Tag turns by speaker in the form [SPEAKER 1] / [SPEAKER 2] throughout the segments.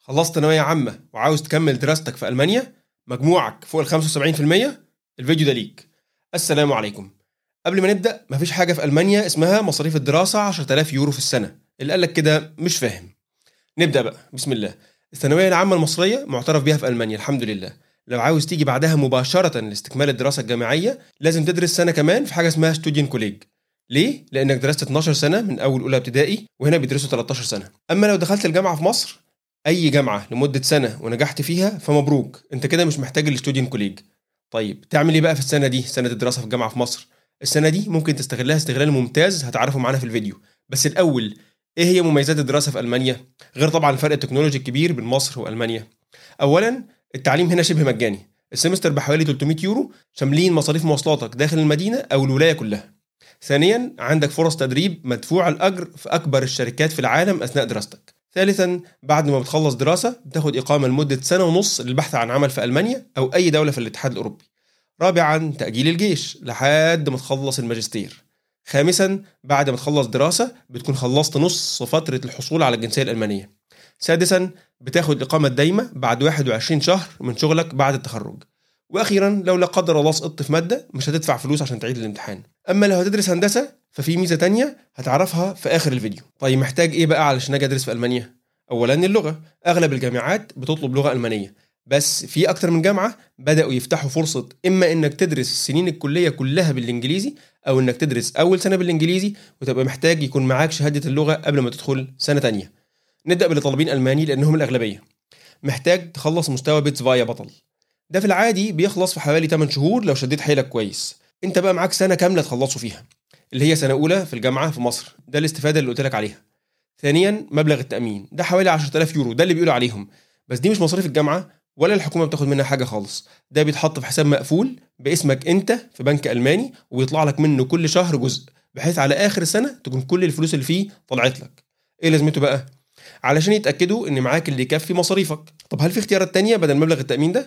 [SPEAKER 1] خلصت ثانوية عامة وعاوز تكمل دراستك في ألمانيا؟ مجموعك فوق ال 75%؟ الفيديو ده ليك. السلام عليكم. قبل ما نبدأ، مفيش حاجة في ألمانيا اسمها مصاريف الدراسة 10,000 يورو في السنة. اللي قالك كده مش فاهم. نبدأ بقى، بسم الله. الثانوية العامة المصرية معترف بيها في ألمانيا الحمد لله. لو عاوز تيجي بعدها مباشرة لاستكمال الدراسة الجامعية لازم تدرس سنة كمان في حاجة اسمها ستوديان كوليج. ليه؟ لأنك درست 12 سنة من أول أولى ابتدائي، وهنا بيدرسوا 13 سنة. أما لو دخلت الجامعة في مصر، أي جامعة لمدة سنة ونجحت فيها فمبروك، أنت كده مش محتاج الستوديان كوليج. طيب تعمل إيه بقى في السنة دي، سنة الدراسة في الجامعة في مصر؟ السنة دي ممكن تستغلها استغلال ممتاز هتعرفه معانا في الفيديو. بس الأول، إيه هي مميزات الدراسة في ألمانيا؟ غير طبعا الفرق التكنولوجي الكبير بين مصر وألمانيا. أولا، التعليم هنا شبه مجاني. السمستر بحوالي 300 يورو شاملين مصاريف مواصلاتك داخل المدينة أو الولاية كلها. ثانيا، عندك فرص تدريب مدفوع الأجر في أكبر الشركات في العالم أثناء دراستك. ثالثا، بعد ما بتخلص دراسة بتاخد إقامة لمدة سنة ونص للبحث عن عمل في ألمانيا أو أي دولة في الاتحاد الأوروبي. رابعا، تأجيل الجيش لحد ما تخلص الماجستير. خامسا، بعد ما تخلص دراسة بتكون خلصت نص فترة الحصول على الجنسية الألمانية. سادسا، بتاخد الإقامة الدايمة بعد 21 شهر من شغلك بعد التخرج. وأخيرا، لو لا قدر الله سقطت في مادة مش هتدفع فلوس عشان تعيد الامتحان. أما لو هتدرس هندسة ففي ميزة تانية هتعرفها في آخر الفيديو. طيب محتاج إيه بقى علشان أجي أدرس في ألمانيا؟ أولا، اللغة. أغلب الجامعات بتطلب لغة ألمانية، بس في أكتر من جامعة بدأوا يفتحوا فرصة إما إنك تدرس سنين الكلية كلها بالإنجليزي، أو إنك تدرس أول سنة بالإنجليزي وتبقى محتاج يكون معاك شهادة اللغة قبل ما تدخل سنة تانية. نبدأ باللي طالبين ألماني لأنهم الأغلبية. محتاج تخلص مستوى بيتس فايا بطل. ده في العادي بيخلص في حوالي 8 شهور لو شديت حيلك كويس. انت بقى معاك سنة كاملة تخلصه فيها، اللي هي سنة أولى في الجامعة في مصر. ده الاستفادة اللي قلت لك عليها. ثانيا، مبلغ التأمين ده حوالي 10,000 يورو، ده اللي بيقولوا عليهم. بس دي مش مصاريف الجامعة ولا الحكومة بتاخد منها حاجة خالص. ده بيتحط في حساب مقفول باسمك انت في بنك ألماني، ويطلع لك منه كل شهر جزء، بحيث على آخر السنة تكون كل الفلوس اللي فيه طلعت لك. ايه لازمته بقى؟ علشان يتأكدوا ان معاك اللي يكفي مصاريفك. طب هل في اختيارات تانية بدل مبلغ التأمين ده؟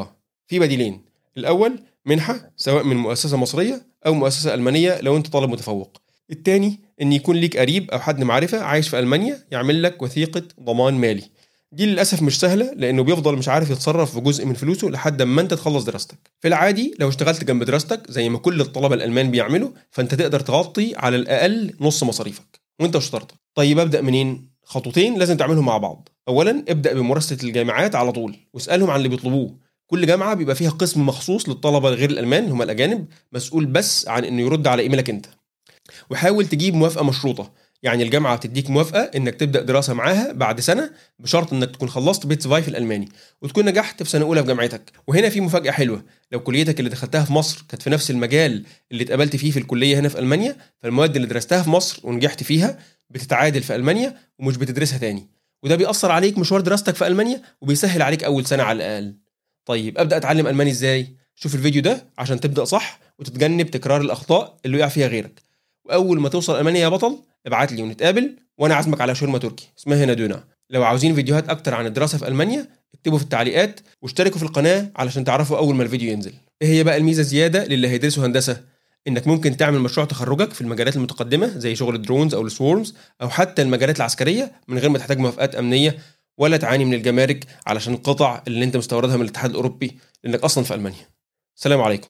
[SPEAKER 1] في بديلين. الأول، منحة سواء من مؤسسة مصرية أو مؤسسة ألمانية لو أنت طالب متفوق. التاني، إن يكون ليك قريب أو حد معرفة عايش في ألمانيا يعمل لك وثيقة ضمان مالي. دي للأسف مش سهلة لأنه بيفضل مش عارف يتصرف في جزء من فلوسه لحد ما أنت تخلص دراستك. في العادي لو اشتغلت جنب دراستك زي ما كل الطلبة الألمان بيعملوا فأنت تقدر تغطي على الأقل نص مصاريفك وأنت وشطارتك. طيب أبدأ منين؟ خطوتين لازم تعملهم مع بعض. أولا، ابدأ بمراسلة الجامعات على طول واسألهم عن اللي بيطلبوه. كل جامعة بيبقى فيها قسم مخصوص للطلبة غير الألمان اللي هم الأجانب، مسؤول بس عن إنه يرد على إيميلك أنت. وحاول تجيب موافقة مشروطة، يعني الجامعة بتديك موافقة إنك تبدأ دراسة معاها بعد سنة، بشرط إنك تكون خلصت بيتس فاي في الألماني وتكون نجحت في سنة أولى في جامعتك. وهنا في مفاجأة حلوة، لو كليتك اللي دخلتها في مصر كانت في نفس المجال اللي اتقبلت فيه في الكلية هنا في ألمانيا، فالمواد اللي درستها في مصر ونجحت فيها بتتعادل في ألمانيا ومش بتدرسها تاني. وده بيأثر عليك مشوار دراستك في ألمانيا وبيسهل عليك أول سنة على الأقل. طيب أبدأ أتعلم ألماني إزاي؟ شوف الفيديو ده عشان تبدأ صح وتتجنب تكرار الأخطاء اللي وقع فيها غيرك. وأول ما توصل ألمانيا يا بطل ابعت لي ونتقابل، وأنا عازمك على شاورما تركي اسمها هنا دونا. لو عاوزين فيديوهات أكتر عن الدراسة في ألمانيا اكتبوا في التعليقات واشتركوا في القناة علشان تعرفوا أول ما الفيديو ينزل. إيه هي بقى الميزة زيادة للي هيدرسوا هندسة؟ إنك ممكن تعمل مشروع تخرجك في المجالات المتقدمة زي شغل الدرونز أو السوورمز أو حتى المجالات العسكرية من غير ما تحتاج موافقات أمنية ولا تعاني من الجمارك علشان القطع اللي أنت مستوردها من الاتحاد الأوروبي لأنك أصلا في ألمانيا. السلام عليكم.